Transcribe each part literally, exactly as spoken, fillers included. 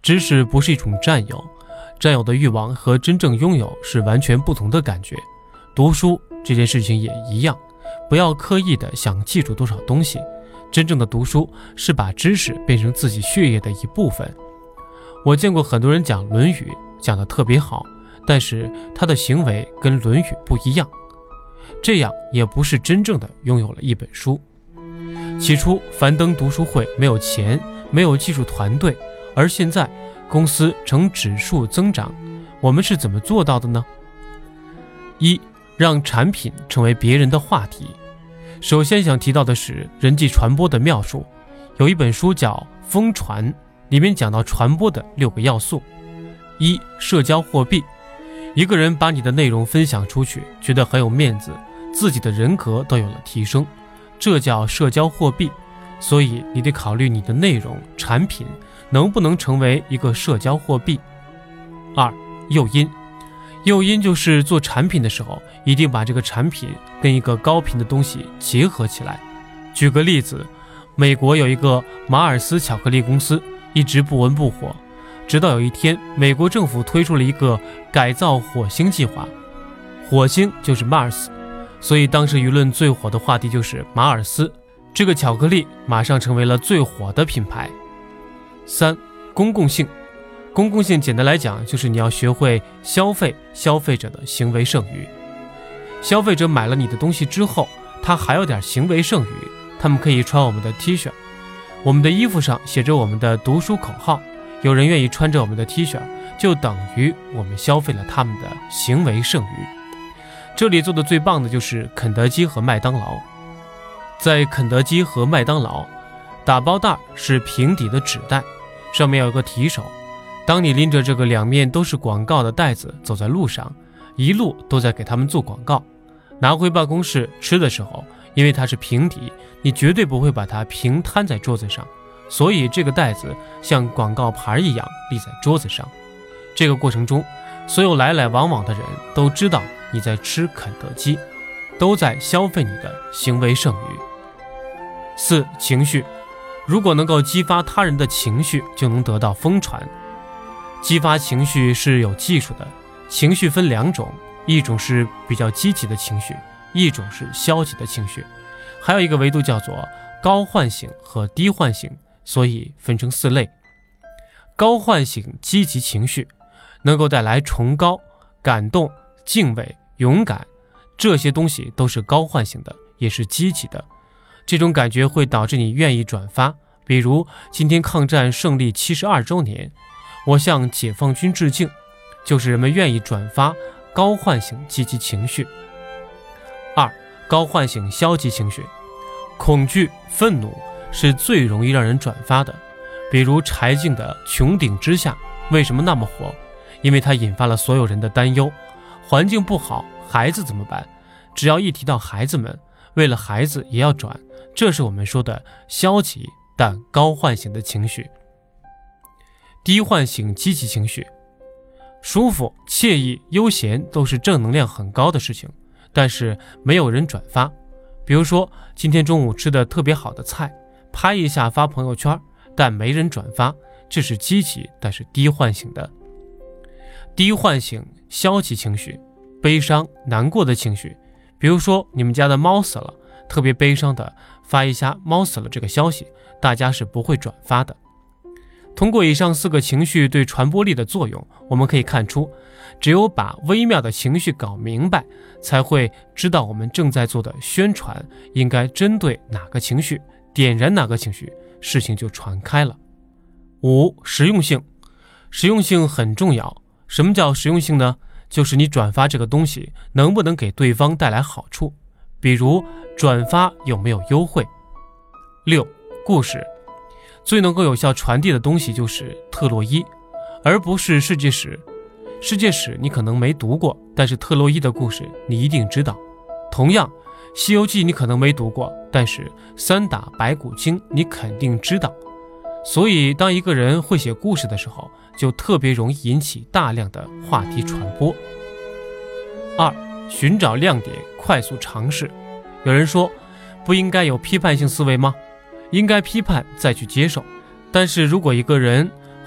知识不是一种占有，占有的欲望和真正拥有是完全不同的感觉。读书这件事情也一样，不要刻意的想记住多少东西，真正的读书是把知识变成自己血液的一部分。我见过很多人讲《论语》讲得特别好，但是他的行为跟《论语》不一样，这样也不是真正的拥有了一本书。起初樊登读书会没有钱，没有技术团队，而现在公司呈指数增长，我们是怎么做到的呢？一，让产品成为别人的话题。首先想提到的是人际传播的妙术，有一本书叫《疯传》，里面讲到传播的六个要素。一，社交货币。一个人把你的内容分享出去，觉得很有面子，自己的人格都有了提升，这叫社交货币。所以你得考虑你的内容产品能不能成为一个社交货币。二，诱因。诱因就是做产品的时候，一定把这个产品跟一个高频的东西结合起来。举个例子，美国有一个马尔斯巧克力公司，一直不温不火，直到有一天美国政府推出了一个改造火星计划，火星就是 Mars， 所以当时舆论最火的话题就是马尔斯，这个巧克力马上成为了最火的品牌。三，公共性。公共性简单来讲，就是你要学会消费消费者的行为剩余。消费者买了你的东西之后，他还有点行为剩余，他们可以穿我们的 T 恤，我们的衣服上写着我们的读书口号，有人愿意穿着我们的 T 恤，就等于我们消费了他们的行为剩余。这里做的最棒的就是肯德基和麦当劳。在肯德基和麦当劳，打包袋是平底的纸袋，上面有个提手，当你拎着这个两面都是广告的袋子走在路上，一路都在给他们做广告。拿回办公室吃的时候，因为它是平底，你绝对不会把它平摊在桌子上，所以这个袋子像广告牌一样立在桌子上。这个过程中，所有来来往往的人都知道你在吃肯德基，都在消费你的行为剩余。四，情绪。如果能够激发他人的情绪，就能得到疯传。激发情绪是有技术的，情绪分两种，一种是比较积极的情绪，一种是消极的情绪，还有一个维度叫做高唤醒和低唤醒，所以分成四类。高唤醒积极情绪，能够带来崇高、感动、敬畏、勇敢，这些东西都是高唤醒的，也是积极的。这种感觉会导致你愿意转发，比如今天抗战胜利七十二周年，我向解放军致敬，就是人们愿意转发，高唤醒积极情绪。二，高唤醒消极情绪。恐惧、愤怒是最容易让人转发的，比如柴静的《穹顶之下》为什么那么火？因为它引发了所有人的担忧，环境不好，孩子怎么办？只要一提到孩子们，为了孩子也要转，这是我们说的消极但高唤醒的情绪。低唤醒积极情绪。舒服、惬意、悠闲都是正能量很高的事情，但是没有人转发。比如说今天中午吃的特别好的菜，拍一下发朋友圈，但没人转发，这是积极但是低唤醒的。低唤醒消极情绪，悲伤、难过的情绪，比如说你们家的猫死了，特别悲伤的发一下猫死了这个消息，大家是不会转发的。通过以上四个情绪对传播力的作用，我们可以看出，只有把微妙的情绪搞明白，才会知道我们正在做的宣传应该针对哪个情绪，点燃哪个情绪，事情就传开了。五，实用性。实用性很重要。什么叫实用性呢？就是你转发这个东西能不能给对方带来好处，比如转发有没有优惠。六，故事。最能够有效传递的东西就是特洛伊，而不是世界史。世界史你可能没读过，但是特洛伊的故事你一定知道。同样，西游记你可能没读过，但是三打白骨精你肯定知道。所以当一个人会写故事的时候，就特别容易引起大量的话题传播。二，寻找亮点，快速尝试。有人说，不应该有批判性思维吗？应该批判再去接受。但是如果一个人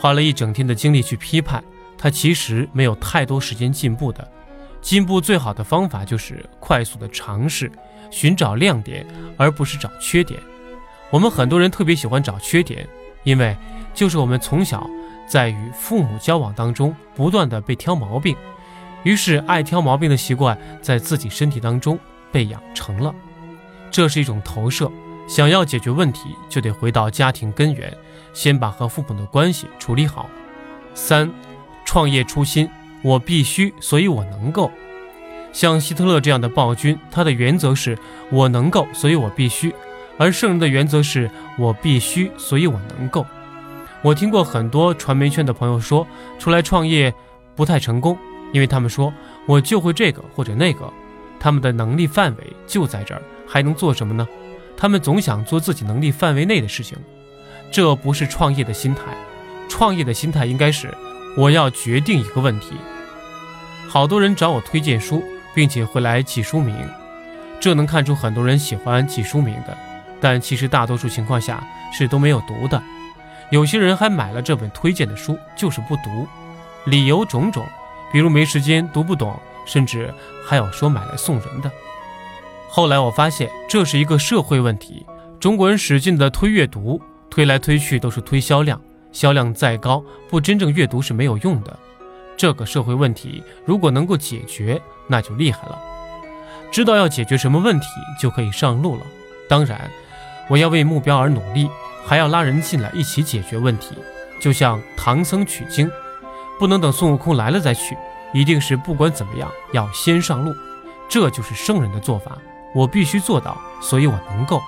花了一整天的精力去批判，他其实没有太多时间进步的。进步最好的方法就是快速的尝试，寻找亮点，而不是找缺点。我们很多人特别喜欢找缺点，因为就是我们从小在与父母交往当中不断的被挑毛病，于是爱挑毛病的习惯在自己身体当中被养成了。这是一种投射，想要解决问题就得回到家庭根源，先把和父母的关系处理好。三，创业初心，我必须，所以我能够。像希特勒这样的暴君，他的原则是我能够，所以我必须，而圣人的原则是我必须，所以我能够。我听过很多传媒圈的朋友说，出来创业不太成功，因为他们说我就会这个或者那个，他们的能力范围就在这儿，还能做什么呢？他们总想做自己能力范围内的事情，这不是创业的心态。创业的心态应该是我要决定一个问题。好多人找我推荐书，并且会来记书名，这能看出很多人喜欢记书名的，但其实大多数情况下是都没有读的。有些人还买了这本推荐的书，就是不读，理由种种，比如没时间、读不懂，甚至还有说买来送人的。后来我发现这是一个社会问题，中国人使劲的推阅读，推来推去都是推销量，销量再高，不真正阅读是没有用的。这个社会问题如果能够解决，那就厉害了。知道要解决什么问题，就可以上路了。当然，我要为目标而努力，还要拉人进来一起解决问题。就像唐僧取经，不能等孙悟空来了再取，一定是不管怎么样要先上路。这就是圣人的做法，我必须做到，所以我能够。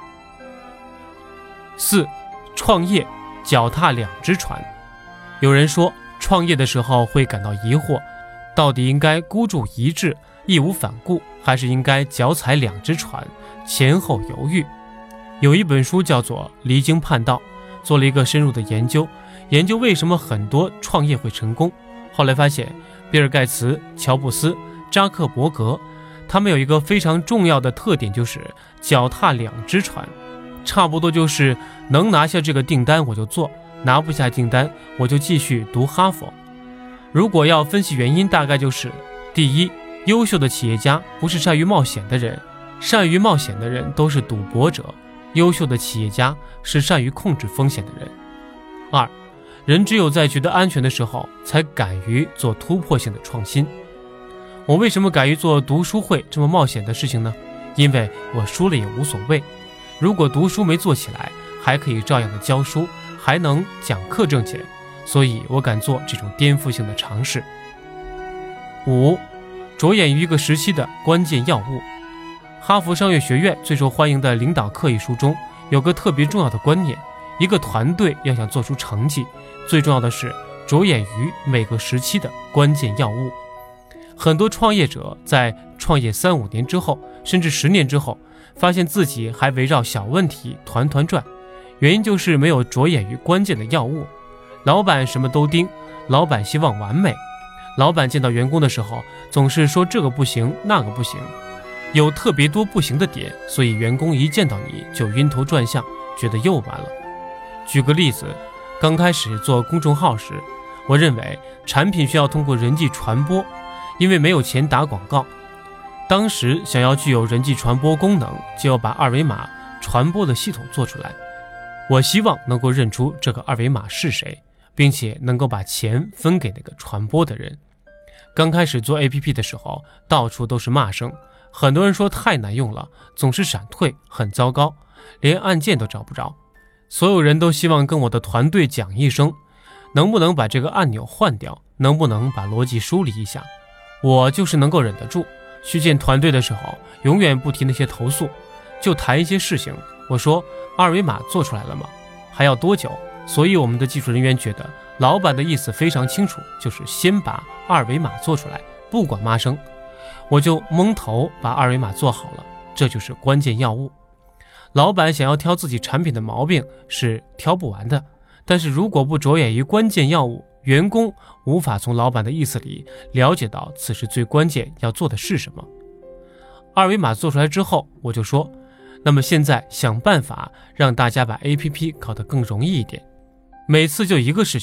四，创业脚踏两只船。有人说创业的时候会感到疑惑，到底应该孤注一掷，义无反顾，还是应该脚踩两只船，前后犹豫。有一本书叫做《离经叛道》，做了一个深入的研究，研究为什么很多创业会成功。后来发现比尔盖茨、乔布斯、扎克伯格，他们有一个非常重要的特点，就是脚踏两只船，差不多就是能拿下这个订单我就做，拿不下订单我就继续读哈佛。如果要分析原因，大概就是第一，优秀的企业家不是善于冒险的人，善于冒险的人都是赌博者，优秀的企业家是善于控制风险的人。二，人只有在觉得安全的时候才敢于做突破性的创新。我为什么敢于做读书会这么冒险的事情呢？因为我输了也无所谓，如果读书没做起来，还可以照样的教书，还能讲课挣钱，所以我敢做这种颠覆性的尝试。五，着眼于一个时期的关键要务。哈佛商业学院最受欢迎的领导课一书中有个特别重要的观念，一个团队要想做出成绩，最重要的是着眼于每个时期的关键要务。很多创业者在创业三五年之后，甚至十年之后，发现自己还围绕小问题团团转，原因就是没有着眼于关键的要务。老板什么都盯，老板希望完美，老板见到员工的时候总是说这个不行那个不行，有特别多不行的点，所以员工一见到你就晕头转向，觉得又完了。举个例子，刚开始做公众号时，我认为产品需要通过人际传播，因为没有钱打广告。当时想要具有人际传播功能，就要把二维码传播的系统做出来。我希望能够认出这个二维码是谁，并且能够把钱分给那个传播的人。刚开始做 A P P 的时候，到处都是骂声，很多人说太难用了，总是闪退，很糟糕，连按键都找不着。所有人都希望跟我的团队讲一声，能不能把这个按钮换掉，能不能把逻辑梳理一下。我就是能够忍得住，去见团队的时候永远不提那些投诉，就谈一些事情。我说二维码做出来了吗？还要多久？所以我们的技术人员觉得老板的意思非常清楚，就是先把二维码做出来，不管骂声。我就蒙头把二维码做好了，这就是关键要务。老板想要挑自己产品的毛病是挑不完的，但是如果不着眼于关键要务，员工无法从老板的意思里了解到此时最关键要做的是什么。二维码做出来之后，我就说，那么现在想办法让大家把 A P P 搞得更容易一点。每次就一个事情，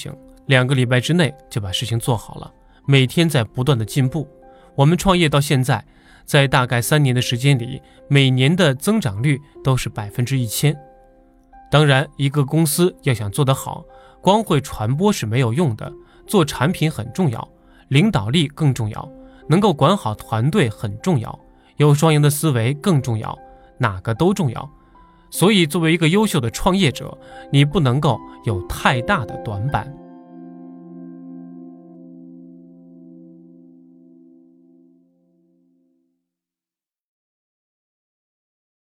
两个礼拜之内就把事情做好了，每天在不断的进步。我们创业到现在，在大概三年的时间里，每年的增长率都是百分之一千。当然，一个公司要想做得好，光会传播是没有用的，做产品很重要，领导力更重要，能够管好团队很重要，有双赢的思维更重要，哪个都重要。所以作为一个优秀的创业者，你不能够有太大的短板。